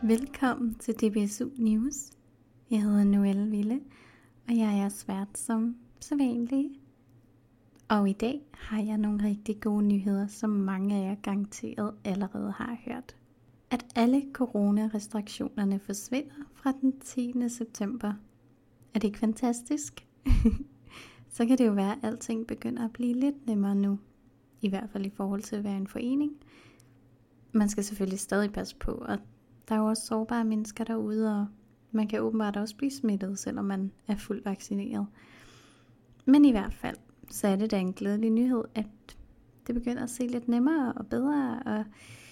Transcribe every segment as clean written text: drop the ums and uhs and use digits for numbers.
Velkommen til DBSU News. Jeg hedder Noelle Ville, og jeg er svært som sædvanlig. Og i dag har jeg nogle rigtig gode nyheder, som mange af jer garanteret allerede har hørt. At alle coronarestriktionerne forsvinder fra den 10. september. Er det ikke fantastisk? Så kan det jo være, at alting begynder at blive lidt nemmere nu. I hvert fald i forhold til at være en forening. Man skal selvfølgelig stadig passe på, at der er jo også sårbare mennesker derude, og man kan åbenbart også blive smittet, selvom man er fuldt vaccineret. Men i hvert fald, så er det da en glædelig nyhed, at det begynder at se lidt nemmere og bedre, og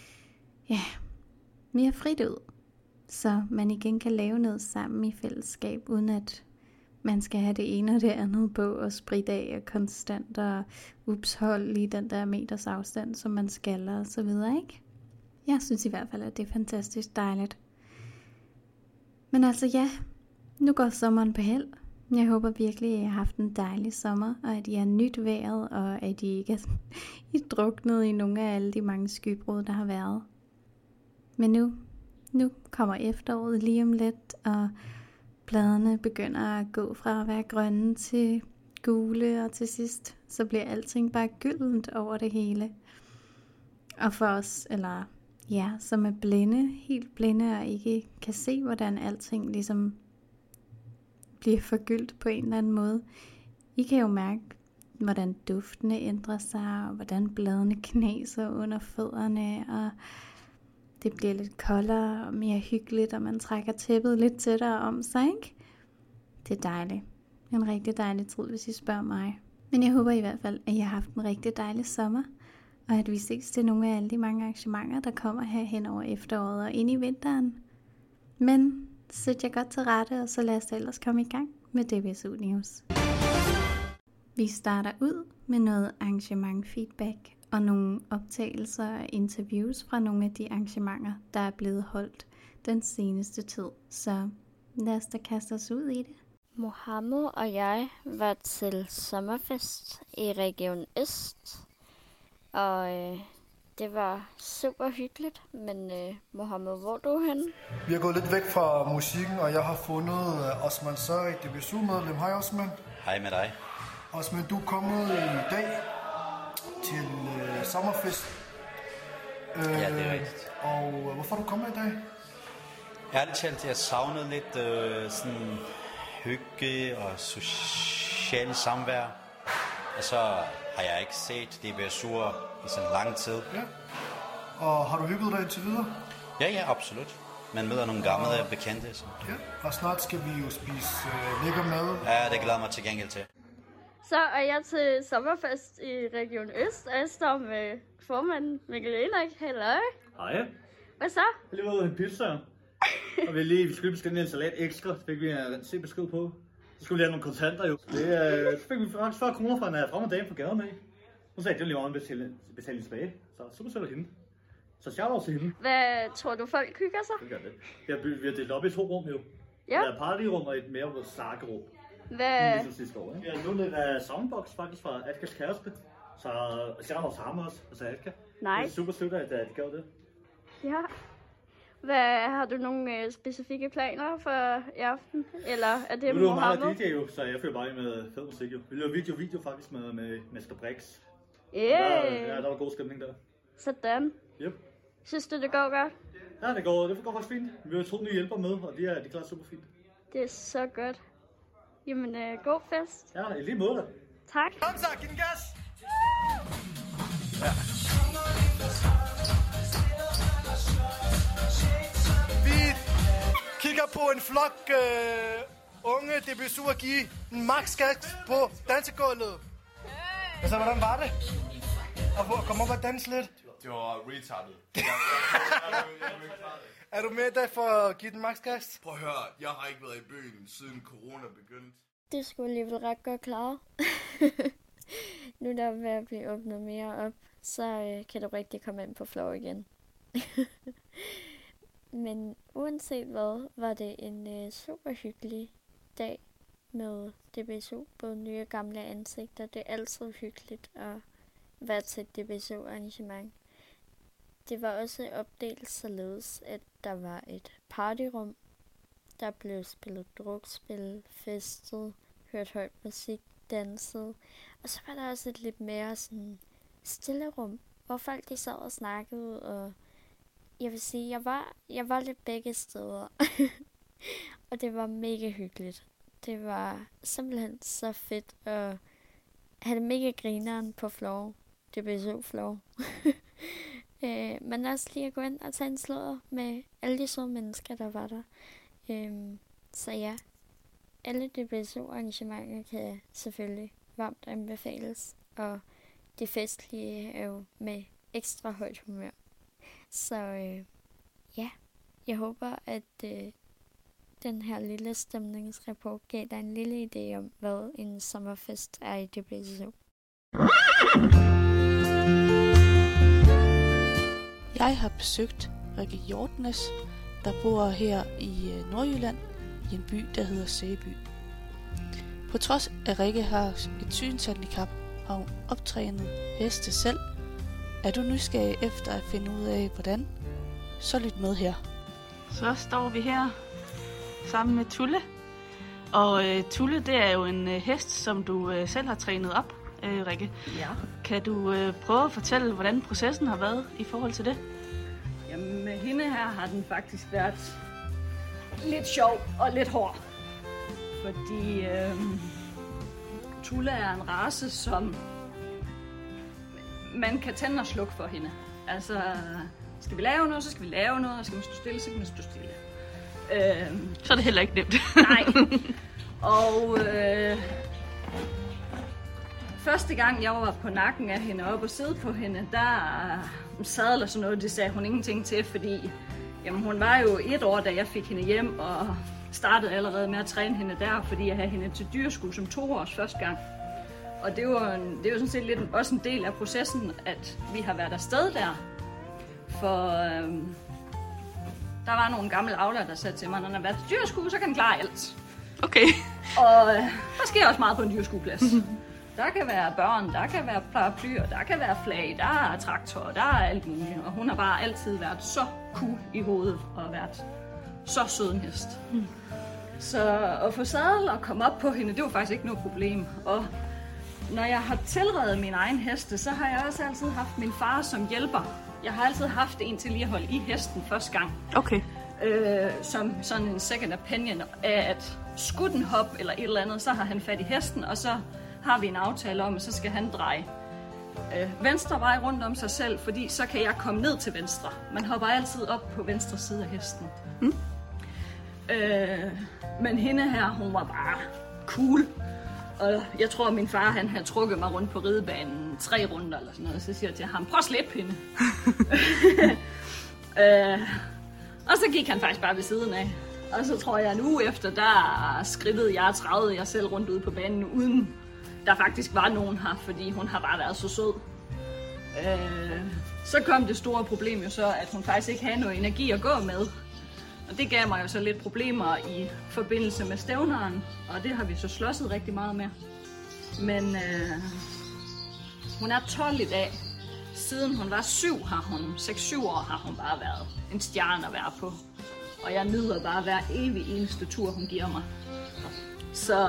mere frit ud. Så man igen kan lave noget sammen i fællesskab, uden at man skal have det ene og det andet på, og spritte af og konstant, og hold lige den der meters afstand, som man skal, og så videre, ikke? Jeg synes i hvert fald, at det er fantastisk dejligt. Men altså ja, nu går sommeren på held. Jeg håber virkelig, at I har haft en dejlig sommer, og at I har nyt vejret, og at I ikke er druknet i nogle af alle de mange skybrud, der har været. Men nu kommer efteråret lige om lidt, og bladene begynder at gå fra at være grønne til gule, og til sidst så bliver alting bare gyldent over det hele. Og for os, som er blinde, helt blinde og ikke kan se, hvordan alting ligesom bliver forgyldt på en eller anden måde. I kan jo mærke, hvordan duftene ændrer sig, og hvordan bladene knaser under fødderne, og det bliver lidt koldere og mere hyggeligt, og man trækker tæppet lidt tættere om sig, ikke? Det er dejligt. En rigtig dejlig tid, hvis I spørger mig. Men jeg håber i hvert fald, at I har haft en rigtig dejlig sommer, og at vi ses til nogle af alle de mange arrangementer, der kommer her hen over efteråret og ind i vinteren. Men sæt jer godt til rette, og så lad os ellers komme i gang med DBSU News. Vi starter ud med noget arrangement feedback og nogle optagelser og interviews fra nogle af de arrangementer, der er blevet holdt den seneste tid. Så lad os da kaste os ud i det. Mohammed og jeg var til sommerfest i Region Øst, og det var super hyggeligt. Men Mohammed, hvor er du henne? Vi er gået lidt væk fra musikken, og jeg har fundet Osman Sari, DBSU-medlem. Hej Osman. Hej med dig. Osman, du er kommet i dag til sommerfest. Ja, det er rigtigt. Og hvorfor er du kommet i dag? Ærligt talt, jeg savnede lidt sådan hygge og social samvær. Og så har jeg ikke set DBSU'er i sådan lang tid. Ja. Og har du hygget dig indtil videre? Ja, absolut. Man møder nogle gamle bekendte. Så. Ja, og snart skal vi jo spise lækker mad. Ja, det glæder mig til gengæld til. Så er jeg til sommerfest i Region Øst, og jeg står med formanden Mikkel Erik. Hej. Hej. Hvad så? Jeg lige var ude en pizza, og vi skulle bestille en salat ekstra, så fik vi en se besked på. Så skulle vi have nogle kontanter jo. Så fik vi faktisk 40 kroner fra en fremmed dame på gaden af. Hun sagde, at det var lige meget betaling tilbage, så super sødt af hende. Så shout-out til hende. Hvad tror du, folk hygger sig? Det gør det. Vi har delt op i 2 rum jo. Ja. Der er partyrum og et mere snakkerum. Hvad? Ligesom sidste år, ikke? Vi har nu lidt af soundbox faktisk fra Atkas kæreste. Så shout-out til ham også, og så Atka. Nice. Det er super sødt, at de gjorde det. Ja. Har du nogle specifikke planer for i aften? Eller er det Nu er Mohammed? meget DJ jo, så jeg følger bare med fed musik jo. Vi laver video faktisk med Mr. Brix. Der var god stemning der. Sådan. Yep. Synes du, det går godt? Ja, det går faktisk fint. Vi har 2 nye hjælpere med, og de klarer super fint. Det er så godt. Jamen, god fest. Ja, i lige måde. Tak. Kom så, giv den gas! Ja. Vi kigger på en flok unge DBSU'er give en max gas på dansegulvet. Altså, hvordan var det? Og kom op og danse lidt. Det var retarded. Er du med der for at give den max gas? Prøv at høre, jeg har ikke været i byen siden corona begyndte. Det skulle alligevel ret godt klare. Nu er der ved at blive åbnet mere op, så kan du rigtig komme ind på flow igen. Men uanset hvad, var det en super hyggelig dag med DBSU. Både nye og gamle ansigter. Det er altid hyggeligt at være til et DBSU-arrangement. Det var også opdelt således, at der var et partyrum. Der blev spillet drukspil, festet, hørt høj musik, danset. Og så var der også et lidt mere sådan stille rum, hvor folk de sad og snakkede. Og jeg vil sige, jeg var lidt begge steder. Og det var mega hyggeligt. Det var simpelthen så fedt at have det mega grineren på floor. DBSU-floor. Men også lige at gå ind og tage en sludder med alle de søde mennesker, der var der. Så ja, alle DBSU-arrangementer kan selvfølgelig varmt anbefales. Og de festlige er jo med ekstra højt humør. Så ja, jeg håber, at den her lille stemningsrapport gav dig en lille idé om, hvad en sommerfest er i DBSU. Jeg har besøgt Rikke Hjortnes, der bor her i Nordjylland, i en by, der hedder Sæby. På trods af at Rikke har et synshandicap, har hun optrænet heste selv. Er du nysgerrig efter at finde ud af, hvordan? Så lyt med her. Så står vi her sammen med Tulle. Og Tulle, det er jo en hest, som du selv har trænet op, Rikke. Ja. Kan du prøve at fortælle, hvordan processen har været i forhold til det? Jamen, med hende her har den faktisk været lidt sjov og lidt hård. Fordi Tulle er en race, som man kan tænde og slukke for hende. Altså, skal vi lave noget, så skal vi lave noget, og skal man stå stille, så kan man stå stille. Så er det heller ikke nemt. Nej. Og første gang jeg var på nakken af hende op og sidde på hende, der sadler og sådan noget, det sagde hun ingenting til, fordi jamen, hun var jo 1 år, da jeg fik hende hjem, og startede allerede med at træne hende der, fordi jeg havde hende til dyreskue som 2 års første gang. Og det var sådan set lidt også en del af processen, at vi har været afsted der. For der var nogle gamle avlere, der sagde til mig, når den har været til dyreskue, så kan den klare alt. Okay. Og der sker også meget på en dyreskueplads. Der kan være børn, der kan være paraplyer, der kan være flag, der er traktor, der er alt muligt. Og hun har bare altid været så cool i hovedet og været så sød en hest. Så at få sadel og komme op på hende, det var faktisk ikke noget problem. Og når jeg har tilredet min egen heste, så har jeg også altid haft min far som hjælper. Jeg har altid haft en til lige at holde i hesten første gang. Okay. Som sådan en second opinion af, at skulle den hoppe eller et eller andet, så har han fat i hesten, og så har vi en aftale om, at så skal han dreje venstre vej rundt om sig selv, fordi så kan jeg komme ned til venstre. Man hopper altid op på venstre side af hesten. Men hende her, hun var bare cool. Og jeg tror, at min far han havde trukket mig rundt på ridebanen 3 runder eller sådan noget. Så siger jeg til ham, prøv at slippe hende. Og så gik han faktisk bare ved siden af. Og så tror jeg, en uge efter, der skridtede jeg 30 jeg selv rundt ude på banen, uden der faktisk var nogen her, fordi hun har bare været så sød. Så kom det store problem jo så, at hun faktisk ikke havde noget energi at gå med. Og det gav mig jo så lidt problemer i forbindelse med stævneren, og det har vi så slåsset rigtig meget med. Men hun er 12 i dag. Siden hun var 7, har hun 6-7 år, har hun bare været en stjerne at være på. Og jeg nyder bare hver evig eneste tur, hun giver mig. Så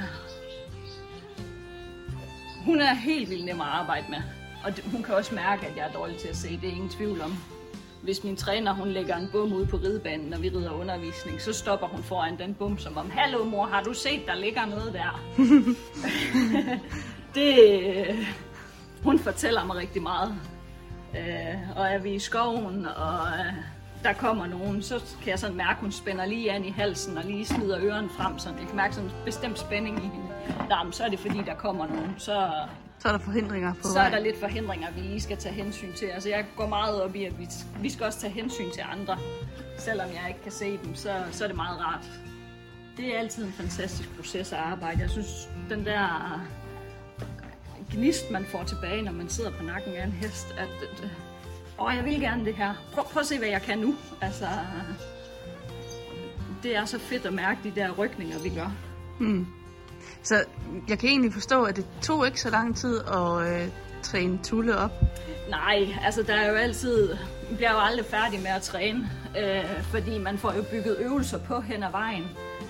hun er helt vildt nem at arbejde med. Og hun kan også mærke, at jeg er dårlig til at se, det er ingen tvivl om. Hvis min træner hun lægger en bum ude på ridebanen, når vi rider undervisning, så stopper hun foran den bum, som om, hallo mor, har du set, der ligger noget der? Hun fortæller mig rigtig meget. Og er vi i skoven, og der kommer nogen, så kan jeg sådan mærke, at hun spænder lige an i halsen og lige smider ørerne frem. Sådan. Jeg kan mærke sådan en bestemt spænding i hende. Jamen, så er det fordi, der kommer nogen. Så er der forhindringer på Så er der lidt forhindringer, vi lige skal tage hensyn til. Altså, jeg går meget op i, at vi skal også tage hensyn til andre. Selvom jeg ikke kan se dem, så er det meget rart. Det er altid en fantastisk proces at arbejde. Jeg synes, den der gnist, man får tilbage, når man sidder på nakken af en hest, at jeg vil gerne det her. Prøv at se, hvad jeg kan nu. Altså, det er så fedt at mærke de der rykninger, vi gør. Så jeg kan egentlig forstå, at det tog ikke så lang tid at træne Tulle op. Nej, altså der er jo altid, man bliver jo aldrig færdig med at træne, fordi man får jo bygget øvelser på hen ad vejen.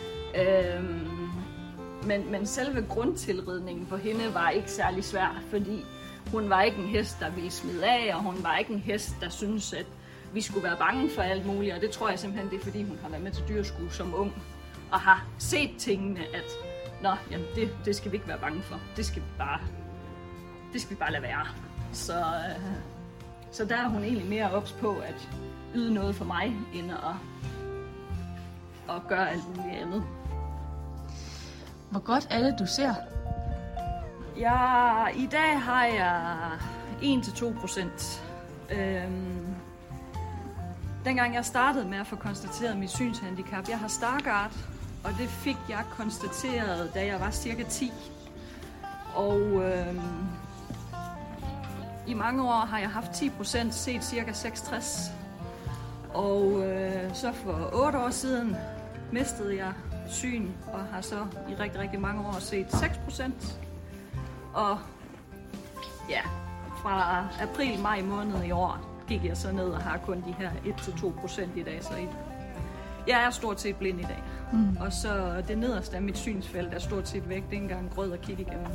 Men selve grundtilridningen på hende var ikke særlig svær, fordi hun var ikke en hest, der ville smide af, og hun var ikke en hest, der syntes, at vi skulle være bange for alt muligt. Og det tror jeg simpelthen, det er fordi, hun har været med til dyrskue som ung, og har set tingene, at jamen, det skal vi ikke være bange for. Det skal vi bare lade være. Så der er hun egentlig mere ops på at yde noget for mig, end at gøre alt muligt andet. Hvor godt er det, du ser? Ja, i dag har jeg 1-2%. Dengang jeg startede med at få konstateret mit synshandicap, jeg har Stargardt, og det fik jeg konstateret, da jeg var cirka 10. Og i mange år har jeg haft 10%, set cirka 66. Og så for 8 år siden mistede jeg syn, og har så i rigtig, rigtig mange år set 6%. Og ja, fra april-maj måned i år gik jeg så ned og har kun de her 1-2% i dag. Så jeg er stort set blind i dag. Og så det nederste af mit synsfelt er stort set væk. Det er ikke engang grød at kigge igennem.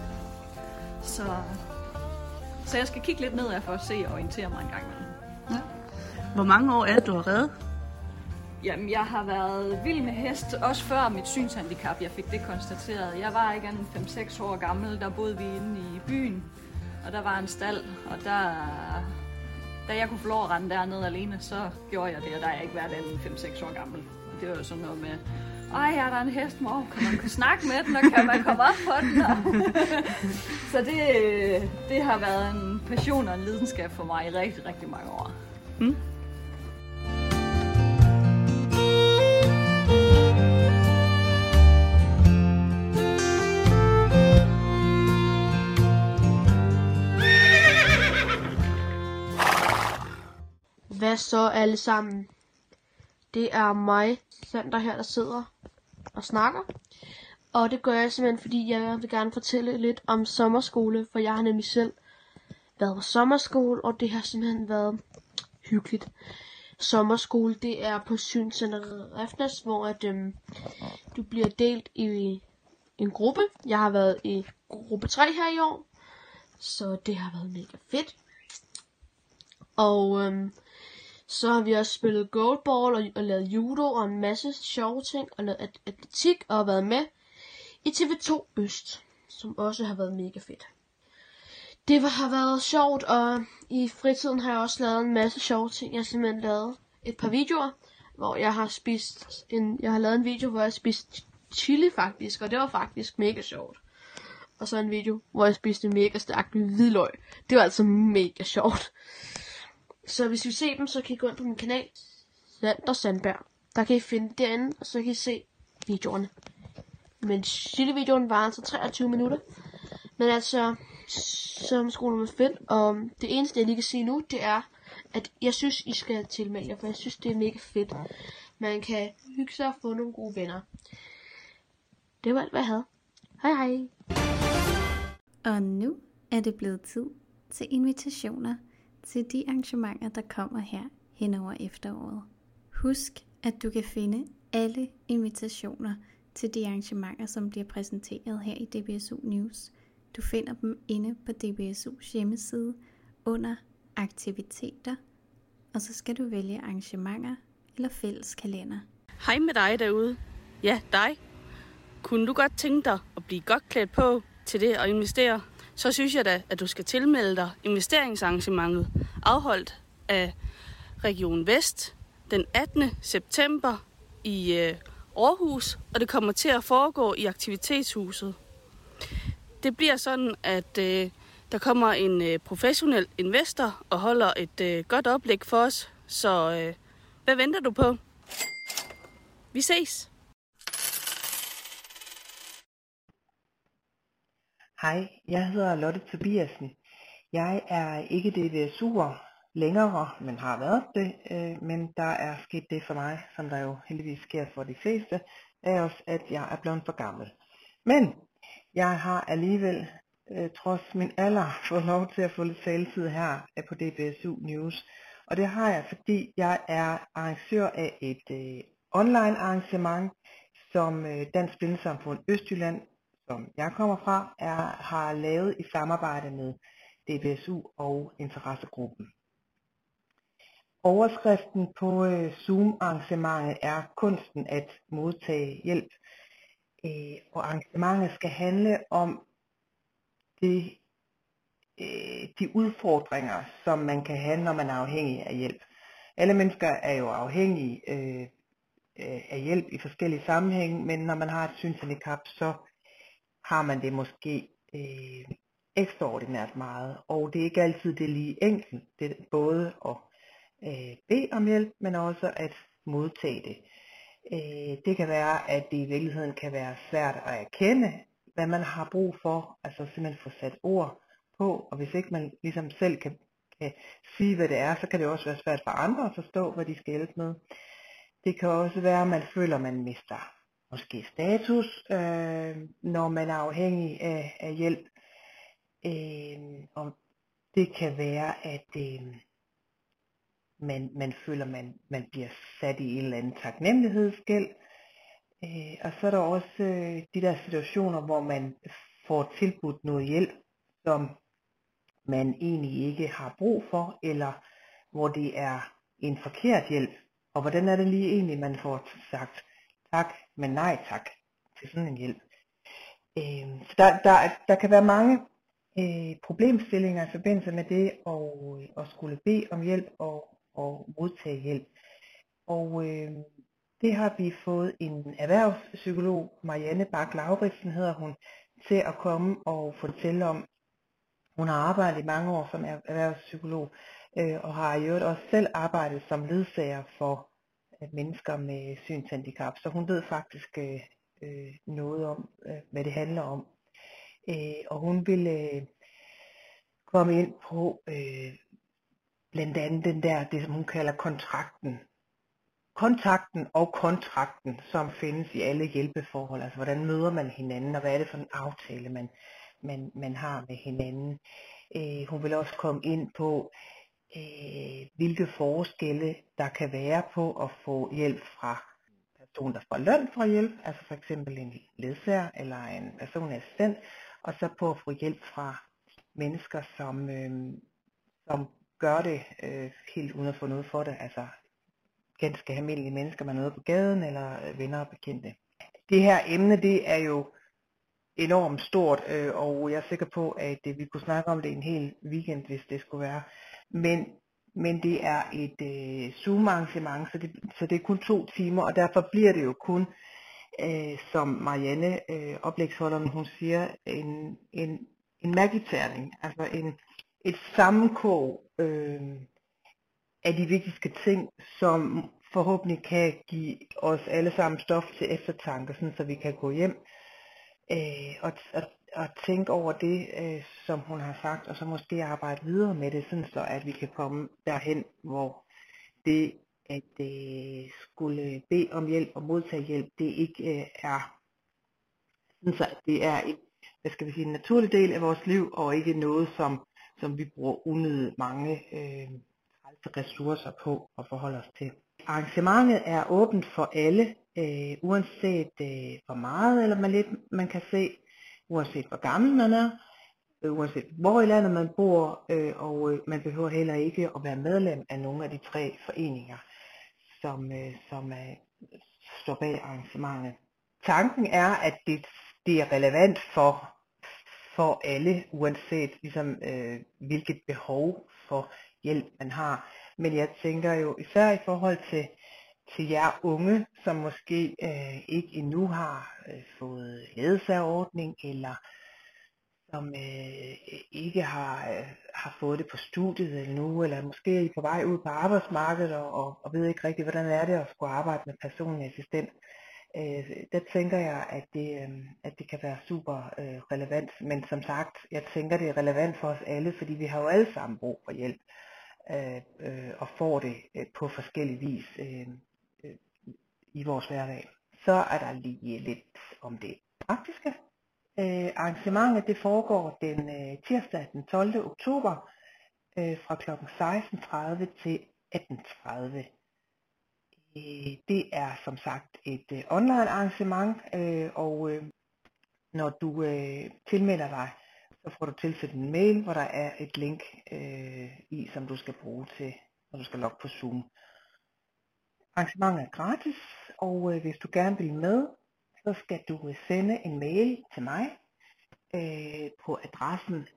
Så jeg skal kigge lidt nedad for at se og orientere mig en gang imellem. Ja. Hvor mange år er det, du har reddet? Jamen, jeg har været vild med hest, også før mit synshandicap, jeg fik det konstateret. Jeg var ikke andet end 5-6 år gammel, der boede vi inde i byen, og der var en stald, og da jeg kunne få lov at rende dernede alene, så gjorde jeg det, og der er jeg ikke været andet end 5-6 år gammel. Og det var jo sådan noget med, er der en hest, mor? Kan man snakke med den, og kan man komme op på den? Så det har været en passion og en lidenskab for mig i rigtig, rigtig mange år. Hvad så alle sammen? Det er mig, Sander her, der sidder og snakker. Og det gør jeg simpelthen, fordi jeg vil gerne fortælle lidt om sommerskole, for jeg har nemlig selv været på sommerskole, og det har simpelthen været hyggeligt. Sommerskole, det er på Synscenter Refnes, hvor du bliver delt i en gruppe. Jeg har været i gruppe 3 her i år, så det har været mega fedt. Og så har vi også spillet goalball og lavet judo og en masse sjove ting og lavet atletik og været med i TV2 Øst, som også har været mega fedt. Det har været sjovt, og i fritiden har jeg også lavet en masse sjove ting. Jeg har simpelthen lavet et par videoer, hvor jeg har lavet en video, hvor jeg spiste chili faktisk, og det var faktisk mega sjovt. Og så en video, hvor jeg spiste mega stærk hvidløg. Det var altså mega sjovt. Så hvis I vil se dem, så kan I gå ind på min kanal, Sander Sandberg. Der kan I finde det derinde, og så kan I se videoerne. Men chili-videoen var altså 23 minutter. Men altså, sommerskolen var fedt, og det eneste jeg lige kan sige nu, det er, at jeg synes I skal tilmelde jer, for jeg synes det er mega fedt. Man kan hygge sig og få nogle gode venner. Det var alt hvad jeg havde. Hej hej. Og nu er det blevet tid til invitationer til de arrangementer, der kommer her hen over efteråret. Husk, at du kan finde alle invitationer til de arrangementer, som bliver præsenteret her i DBSU News. Du finder dem inde på DBSU's hjemmeside under aktiviteter, og så skal du vælge arrangementer eller fælles kalender. Hej med dig derude. Ja, dig. Kunne du godt tænke dig at blive godt klædt på til det at investere? Så synes jeg da, at du skal tilmelde dig investeringsarrangementet, afholdt af Region Vest den 18. september i Aarhus, og det kommer til at foregå i Aktivitetshuset. Det bliver sådan, at der kommer en professionel investor og holder et godt oplæg for os, så hvad venter du på? Vi ses! Hej, jeg hedder Lotte Tobiasen. Jeg er ikke DBSU'er længere, men har været det, men der er sket det for mig, som der jo heldigvis sker for de fleste af os, at jeg er blevet for gammel. Men jeg har alligevel trods min alder fået lov til at få lidt taletid her på DBSU News. Og det har jeg, fordi jeg er arrangør af et online arrangement, som Dansk Blindesamfund Østjylland, som jeg kommer fra, har lavet i samarbejde med DBSU og interessegruppen. Overskriften på Zoom-arrangementet er kunsten at modtage hjælp. Og arrangementet skal handle om de udfordringer, som man kan have, når man er afhængig af hjælp. Alle mennesker er jo afhængige af hjælp i forskellige sammenhænge, men når man har et synshandicap, så har man det måske ekstraordinært meget. Og det er ikke altid det lige enkelt. Det er både at bede om hjælp, men også at modtage det. Det kan være, at det i virkeligheden kan være svært at erkende, hvad man har brug for, altså simpelthen få sat ord på, og hvis ikke man ligesom selv kan sige, hvad det er, så kan det også være svært for andre at forstå, hvad de skal hjælpe med. Det kan også være, at man føler, at man mister måske status, når man er afhængig af hjælp. Og det kan være, at man føler, at man bliver sat i en eller anden taknemmelighedsgæld. Og så er der også de der situationer, hvor man får tilbudt noget hjælp, som man egentlig ikke har brug for, eller hvor det er en forkert hjælp. Og hvordan er det lige egentlig, man får sagt tak, men nej tak til sådan en hjælp. Så der kan være mange problemstillinger i forbindelse med det at skulle bede om hjælp og modtage hjælp. Og det har vi fået en erhvervspsykolog, Marianne Bak-Lauritsen hedder hun, til at komme og fortælle om. Hun har arbejdet i mange år som erhvervspsykolog, og har i øvrigt også selv arbejdet som ledsager for mennesker med synshandicap. Så hun ved faktisk noget om, hvad det handler om. Og hun vil komme ind på blandt andet det som hun kalder kontakten og kontrakten, som findes i alle hjælpeforhold. Altså hvordan møder man hinanden, og hvad er det for en aftale, man har med hinanden. Hun vil også komme ind på, hvilke forskelle der kan være på at få hjælp fra person, der får løn for hjælp, altså for eksempel en ledsager eller en personlig assistent, og så på at få hjælp fra mennesker, som gør det helt uden at få noget for det, altså ganske almindelige mennesker, man møder på gaden, eller venner og bekendte. Det her emne, det er jo enormt stort, og jeg er sikker på, at vi kunne snakke om det en hel weekend, hvis det skulle være. Men det er et Zoom-arrangement, så det er kun 2 timer, og derfor bliver det jo kun, som Marianne, oplægsholderen, hun siger, en magiterning, altså et sammenkog af de vigtigste ting, som forhåbentlig kan give os alle sammen stof til eftertanke, sådan, så vi kan gå hjem og tænke over det, som hun har sagt, og så måske arbejde videre med det, sådan så at vi kan komme derhen, hvor det at skulle bede om hjælp og modtage hjælp, det ikke er sådan, så det er en naturlig del af vores liv, og ikke noget, som vi bruger unødigt mange ressourcer på at forholde os til. Arrangementet er åbent for alle, uanset hvor meget eller lidt man kan se, uanset hvor gammel man er, uanset hvor i landet man bor, og man behøver heller ikke at være medlem af nogle af de 3 foreninger, som står bag arrangementet. Tanken er, at det er relevant for alle, uanset ligesom, hvilket behov for hjælp man har. Men jeg tænker jo især i forhold til jer unge, som måske ikke endnu har fået ledsagerordning, eller som ikke har fået det på studiet endnu, eller måske er I på vej ud på arbejdsmarkedet og ved ikke rigtig, hvordan er det at skulle arbejde med personlig assistent. Der tænker jeg, at det kan være super relevant, men som sagt, jeg tænker, det er relevant for os alle, fordi vi har jo alle sammen brug for hjælp, og får det på forskellig vis i vores hverdag. Så er der lige lidt om det praktiske. Arrangementet det foregår den tirsdag den 12. oktober fra kl. 16.30 til 18.30. Det er som sagt et online arrangement, og når du tilmelder dig, så får du tilsendt en mail, hvor der er et link i, som du skal bruge til, når du skal logge på Zoom. Arrangementet er gratis, og hvis du gerne vil med, så skal du sende en mail til mig på adressen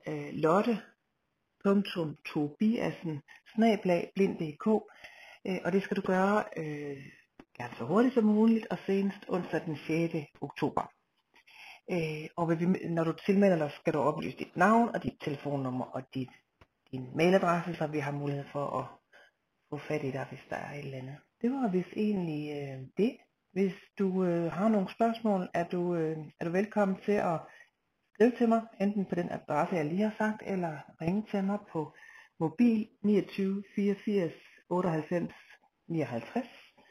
lotte.tobiasen@blind.dk, og det skal du gøre gerne så hurtigt som muligt, og senest onsdag den 6. oktober. Og når du tilmelder dig, skal du oplyse dit navn og dit telefonnummer og din mailadresse, så vi har mulighed for at få fat i dig, hvis der er et eller andet. Det var vist egentlig det. Hvis du har nogle spørgsmål, er du velkommen til at skrive til mig, enten på den adresse, jeg lige har sagt, eller ringe til mig på mobil 29 84 98 59.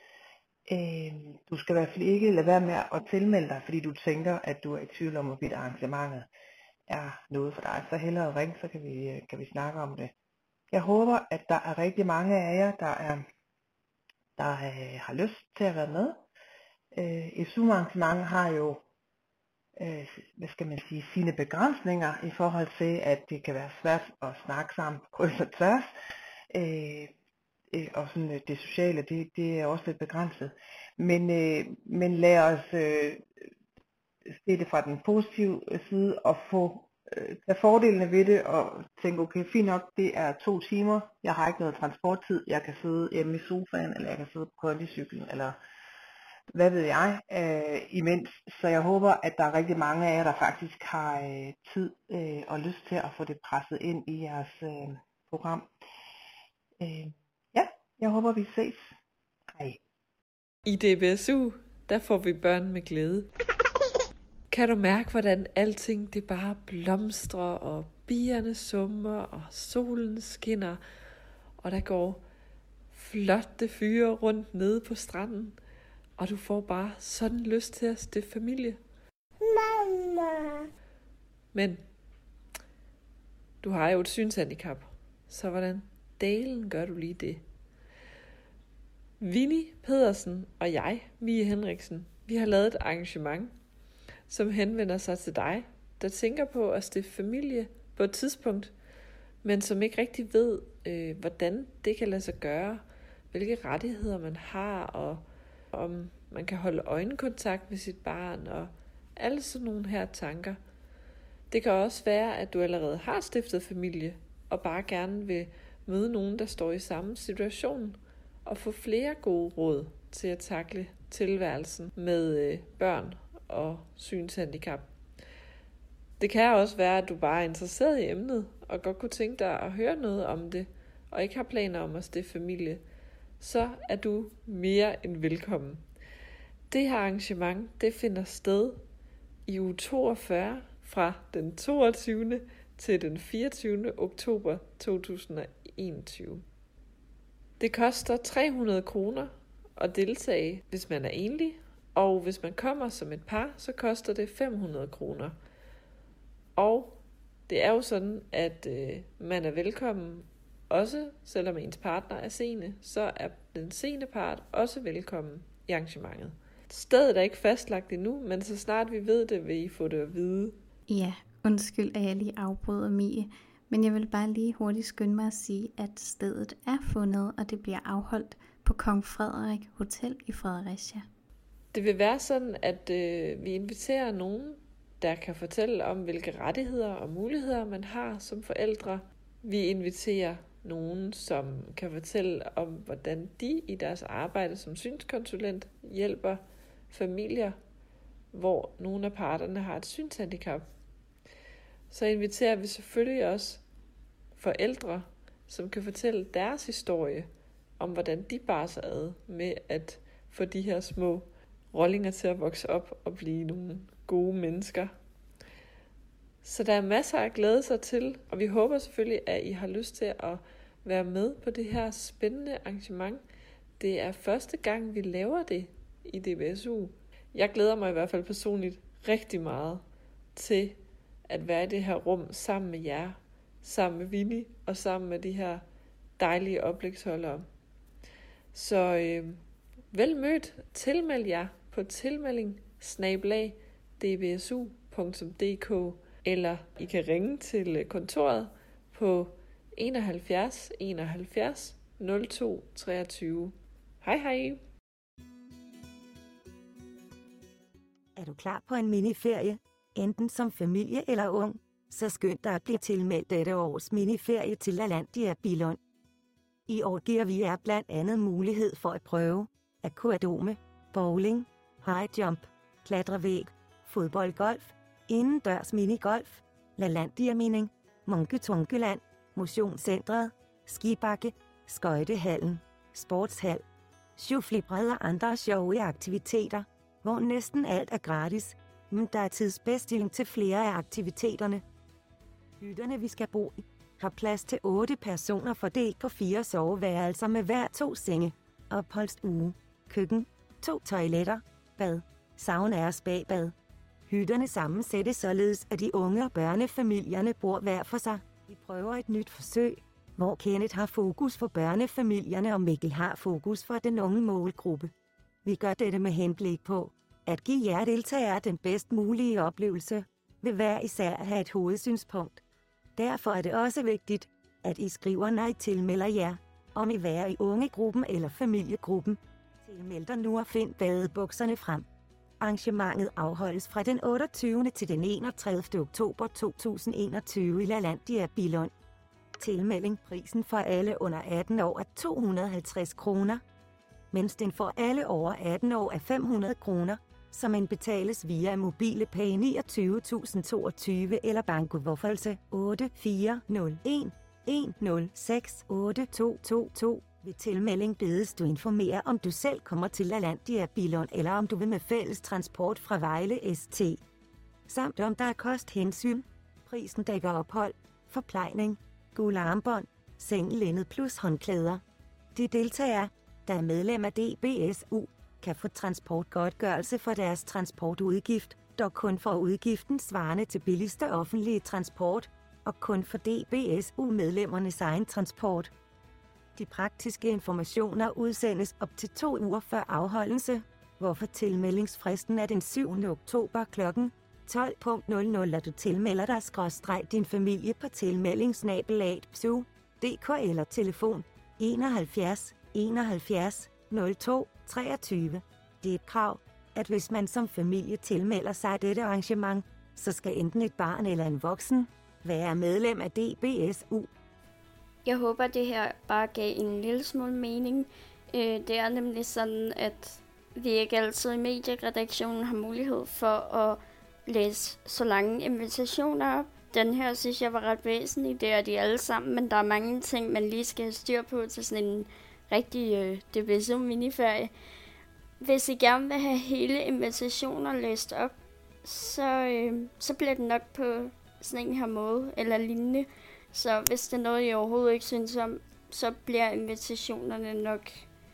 Du skal i hvert fald ikke lade være med at tilmelde dig, fordi du tænker, at du er i tvivl om, hvorvidt arrangementet er noget for dig. Så hellere ring, så kan vi snakke om det. Jeg håber, at der er rigtig mange af jer, der har lyst til at være med. Et Zoom-arrangement har jo sine begrænsninger i forhold til, at det kan være svært at snakke sammen på kryds og tværs. Og sådan det sociale, det er også lidt begrænset. Men lad os se det fra den positive side og få tage fordelene ved det og tænke, okay, fint nok, det er 2 timer, jeg har ikke noget transporttid, jeg kan sidde hjemme i sofaen, eller jeg kan sidde på kondicyklen, eller hvad ved jeg, imens. Så jeg håber, at der er rigtig mange af jer, der faktisk har tid og lyst til at få det presset ind i jeres program. Jeg håber, vi ses. Hej. I DBSU, der får vi børn med glæde. Kan du mærke, hvordan alting det bare blomstrer, og bierne summer, og solen skinner, og der går flotte fyre rundt nede på stranden, og du får bare sådan lyst til at stifte familie. Mama. Men du har jo et synshandicap, så hvordan dalen gør du lige det? Winnie Pedersen og jeg, Mie Henriksen, vi har lavet et arrangement, som henvender sig til dig, der tænker på at stifte familie på et tidspunkt, men som ikke rigtig ved, hvordan det kan lade sig gøre, hvilke rettigheder man har, og om man kan holde øjenkontakt med sit barn, og alle sådan nogle her tanker. Det kan også være, at du allerede har stiftet familie, og bare gerne vil møde nogen, der står i samme situation, og få flere gode råd til at takle tilværelsen med børn og synshandicap. Det kan også være, at du bare er interesseret i emnet, og godt kunne tænke dig at høre noget om det, og ikke har planer om at stifte familie, så er du mere end velkommen. Det her arrangement, det finder sted i uge 42 fra den 22. til den 24. oktober 2021. Det koster 300 kroner at deltage, hvis man er enlig, og hvis man kommer som et par, så koster det 500 kroner. Og det er jo sådan, at man er velkommen, også selvom ens partner er seende, så er den seende part også velkommen i arrangementet. Stedet er ikke fastlagt endnu, men så snart vi ved det, vil I få det at vide. Ja, undskyld, at jeg lige afbryder Mie, men jeg vil bare lige hurtigt skynde mig at sige, at stedet er fundet, og det bliver afholdt på Kong Frederik Hotel i Fredericia. Det vil være sådan, at vi inviterer nogen, der kan fortælle om, hvilke rettigheder og muligheder man har som forældre. Vi inviterer nogen, som kan fortælle om, hvordan de i deres arbejde som synskonsulent hjælper familier, hvor nogle af parterne har et synshandicap. Så inviterer vi selvfølgelig også forældre, som kan fortælle deres historie om, hvordan de bar sig ad med at få de her små rollinger til at vokse op og blive nogle gode mennesker. Så der er masser at glæde sig til, og vi håber selvfølgelig, at I har lyst til at være med på det her spændende arrangement. Det er første gang, vi laver det i DBSU. Jeg glæder mig i hvert fald personligt rigtig meget til at være i det her rum sammen med jer, sammen med Winnie og sammen med de her dejlige oplægsholdere. Så vel mødt, tilmeld jer på tilmelding@dbsu.dk, eller I kan ringe til kontoret på 71 71 02 23. Hej hej! Er du klar på en miniferie, enten som familie eller ung, så skynd dig at blive tilmeldt dette års miniferie til Lalandia Billund. I år giver vi jer blandt andet mulighed for at prøve aquadome, bowling, high jump, klatrevæg, fodboldgolf, indendørs minigolf, Lalandia Mining, Munketunkeland, Motionscentret, skibakke, skøjtehallen, sportshal, sjuflibred og andre sjove aktiviteter, hvor næsten alt er gratis, men der er tidsbestilling til flere af aktiviteterne. Hytterne vi skal bo i har plads til 8 personer fordelt på 4 soveværelser med hver 2 senge, opholdsstue, køkken, 2 toiletter, bad, sauna og spabad. Hytterne sammensættes således, at de unge og børnefamilierne bor hver for sig. Vi prøver et nyt forsøg, hvor Kenneth har fokus for børnefamilierne og Mikkel har fokus for den unge målgruppe. Vi gør dette med henblik på at give jer deltagere den bedst mulige oplevelse, ved hver især at have et hovedsynspunkt. Derfor er det også vigtigt, at I skriver, når I tilmelder jer, om I være i ungegruppen eller familiegruppen. Tilmeld dig nu og find badebukserne frem. Arrangementet afholdes fra den 28. til den 31. oktober 2021 i Lalandia Billund. Tilmeldingprisen for alle under 18 år er 250 kroner, mens den for alle over 18 år er 500 kroner, som man betales via MobilePay 29.022 eller bankoverførsel 8401 106 8222. Ved tilmelding bedes du informere, om du selv kommer til Lalandia Billund, eller om du vil med fælles transport fra Vejle ST. Samt om der er kosthensyn. Prisen dækker ophold, forplejning, gule armbånd, sengelænet plus håndklæder. De deltagere, der er medlem af DBSU, kan få transportgodtgørelse for deres transportudgift, dog kun for udgiften svarende til billigste offentlige transport, og kun for DBSU-medlemmernes egen transport. De praktiske informationer udsendes op til 2 uger før afholdelse, hvorfor tilmeldingsfristen er den 7. oktober kl. 12.00, og du tilmelder dig din familie på tilmelding@bsu.dk eller telefon 71 71 02 23. Det er et krav, at hvis man som familie tilmelder sig dette arrangement, så skal enten et barn eller en voksen være medlem af DBSU. Jeg håber, det her bare gav en lille smule mening. Det er nemlig sådan, at vi ikke altid i medieredaktionen har mulighed for at læse så lange invitationer op. Den her synes jeg var ret væsentlig. Det er de alle sammen, men der er mange ting, man lige skal have styr på til sådan en rigtig DBSU-miniferie. Hvis I gerne vil have hele invitationer læst op, så bliver det nok på sådan en her måde eller lignende. Så hvis det er noget, I overhovedet ikke synes om, så bliver invitationerne nok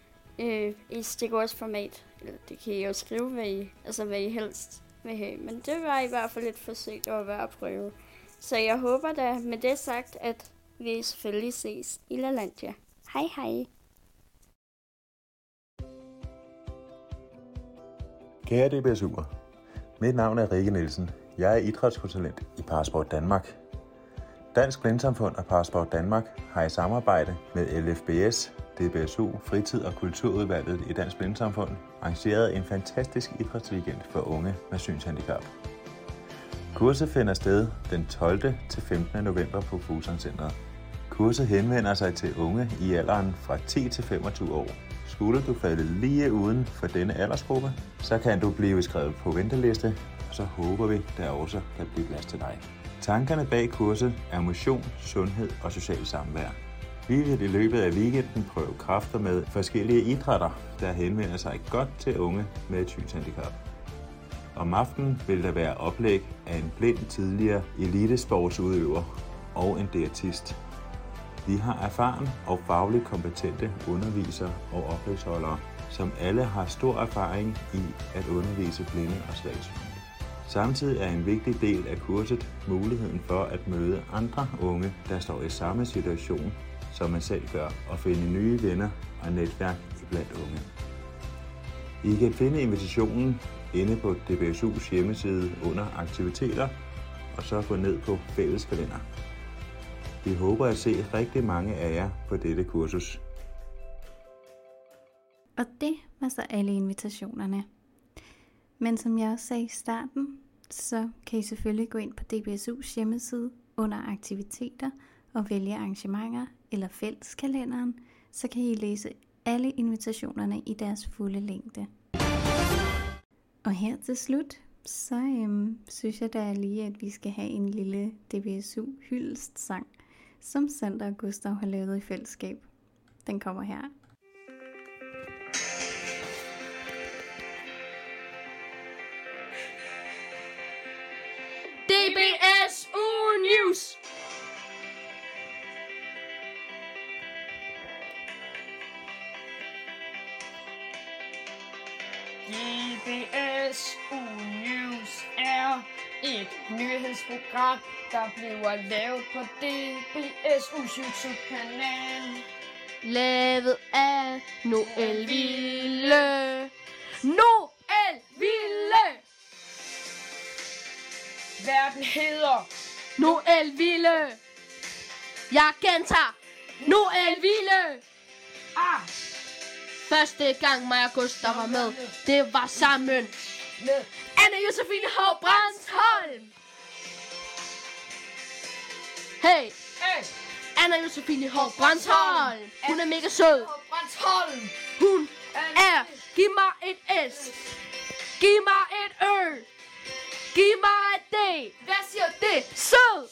i stikordsformat. Eller det kan I jo skrive, hvad I helst vil have. Men det var i hvert fald et forsøg, der var værd at prøve. Så jeg håber da med det sagt, at vi selvfølgelig ses i Lalandia. Hej hej! Kære DBSU'er, mit navn er Rikke Nielsen. Jeg er idrætskonsulent i Parasport Danmark. Dansk Blindsamfund og Parasport Danmark har i samarbejde med LFBS, DBSU, Fritid- og Kulturudvalget i Dansk Blindsamfund arrangeret en fantastisk idrætsweekend for unge med synshandicap. Kurset finder sted den 12. til 15. november på Fuglsang Centret. Kurset henvender sig til unge i alderen fra 10 til 25 år. Skulle du falde lige uden for denne aldersgruppe, så kan du blive skrevet på venteliste, og så håber vi, der også kan blive plads til dig. Tankerne bag kurset er motion, sundhed og social samvær. Vi vil i løbet af weekenden prøve kræfter med forskellige idrætter, der henvender sig godt til unge med et synshandicap. Om aftenen vil der være oplæg af en blind tidligere elitesportsudøver og en diætist. Vi har erfaren og fagligt kompetente undervisere og oplægsholdere, som alle har stor erfaring i at undervise blinde og svagsynede. Samtidig er en vigtig del af kurset muligheden for at møde andre unge, der står i samme situation, som man selv gør, og finde nye venner og netværk blandt unge. I kan finde invitationen inde på DBSU's hjemmeside under aktiviteter, og så gå ned på fælleskalender. Vi håber at se rigtig mange af jer på dette kursus. Og det var så alle invitationerne. Men som jeg også sagde i starten, så kan I selvfølgelig gå ind på DBSU's hjemmeside under aktiviteter og vælge arrangementer eller fælleskalenderen, så kan I læse alle invitationerne i deres fulde længde. Og her til slut, så synes jeg da lige, at vi skal have en lille DBSU hyldestsang, som Sander og Gustav har lavet i fællesskab. Den kommer her. DBSU News. DBSU News er et nyhedsprogram, der bliver lavet på DBSU's YouTube-kanal. Lavet af Noel Ville. Noel Ville! Verden hedder Noel Ville. Jeg gentager. Noel Ville. Første gang mig og Gustav var med, det var sammen med Anna Josefine Hov Brandsholm. Hey. Anna Josefine Hov Brandsholm. Hun er mega sød. Hun er. Giv mig et S. Giv mig et Ø. Giv mig et D. Hvad siger det? Sød.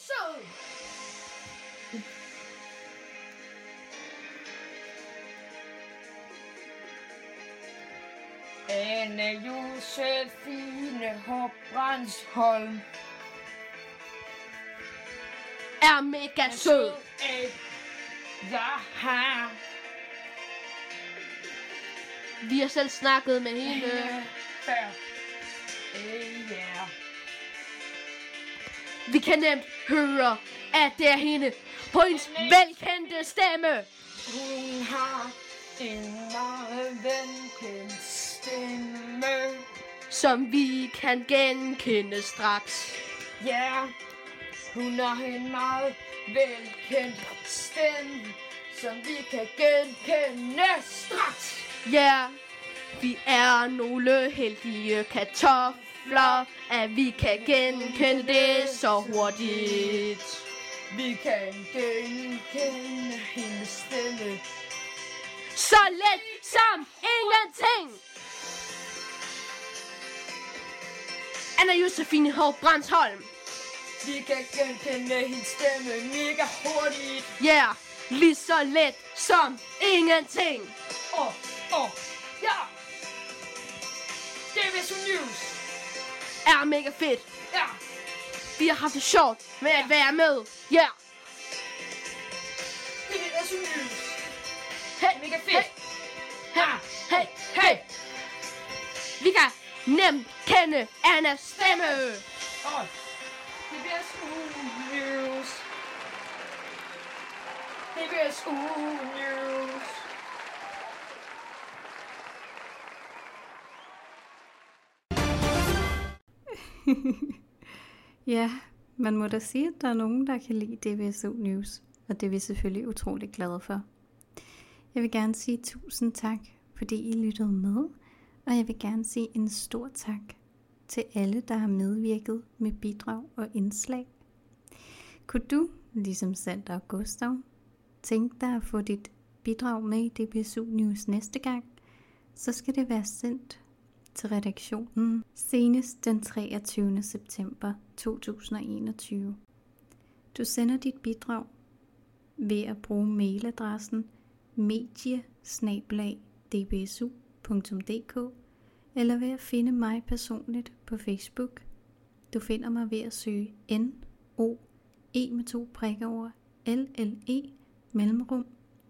Anna Josefine Hov Brandsholm er mega sød. Vi har selv snakket med hende. Vi kan nemt høre, at det er hende på hendes velkendte stemme. Hun har en meget velkendt stemme, som vi kan genkende straks. Ja, hun har en meget velkendt stemme, som vi kan genkende straks. Ja, vi er nogle heldige kartofler, at vi kan genkende det så hurtigt. Vi kan genkende hendes stemme så let som ingenting. Anna Josefine Hov Brandsholm. Vi kan genkende hendes stemme mega hurtigt. Ja, yeah, lige så let som ingenting. Ja. DBSU News er mega fedt. Ja. Vi har haft det sjovt med at være med. Ja. Yeah. DBSU News. Hey, mega fedt. Hey. Vi kan nemt kende Annas stemme. DBSU News. DBSU News. Ja, man må da sige, at der er nogen, der kan lide DBSU News, og det er vi selvfølgelig utrolig glade for. Jeg vil gerne sige tusind tak, fordi I lyttede med, og jeg vil gerne sige en stor tak til alle, der har medvirket med bidrag og indslag. Kunne du, ligesom Sander og Gustav, tænke dig at få dit bidrag med i DBSU News næste gang, så skal det være sendt til redaktionen senest den 23. september 2021. Du sender dit bidrag ved at bruge mailadressen medie@dbsu.dk eller ved at finde mig personligt på Facebook. Du finder mig ved at søge NOE med 2 prikker over LLE mellemrum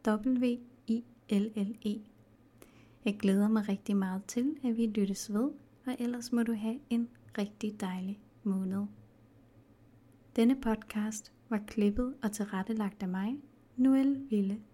WILLE. Jeg glæder mig rigtig meget til, at vi lyttes ved, og ellers må du have en rigtig dejlig måned. Denne podcast var klippet og tilrettelagt af mig, Noelle Ville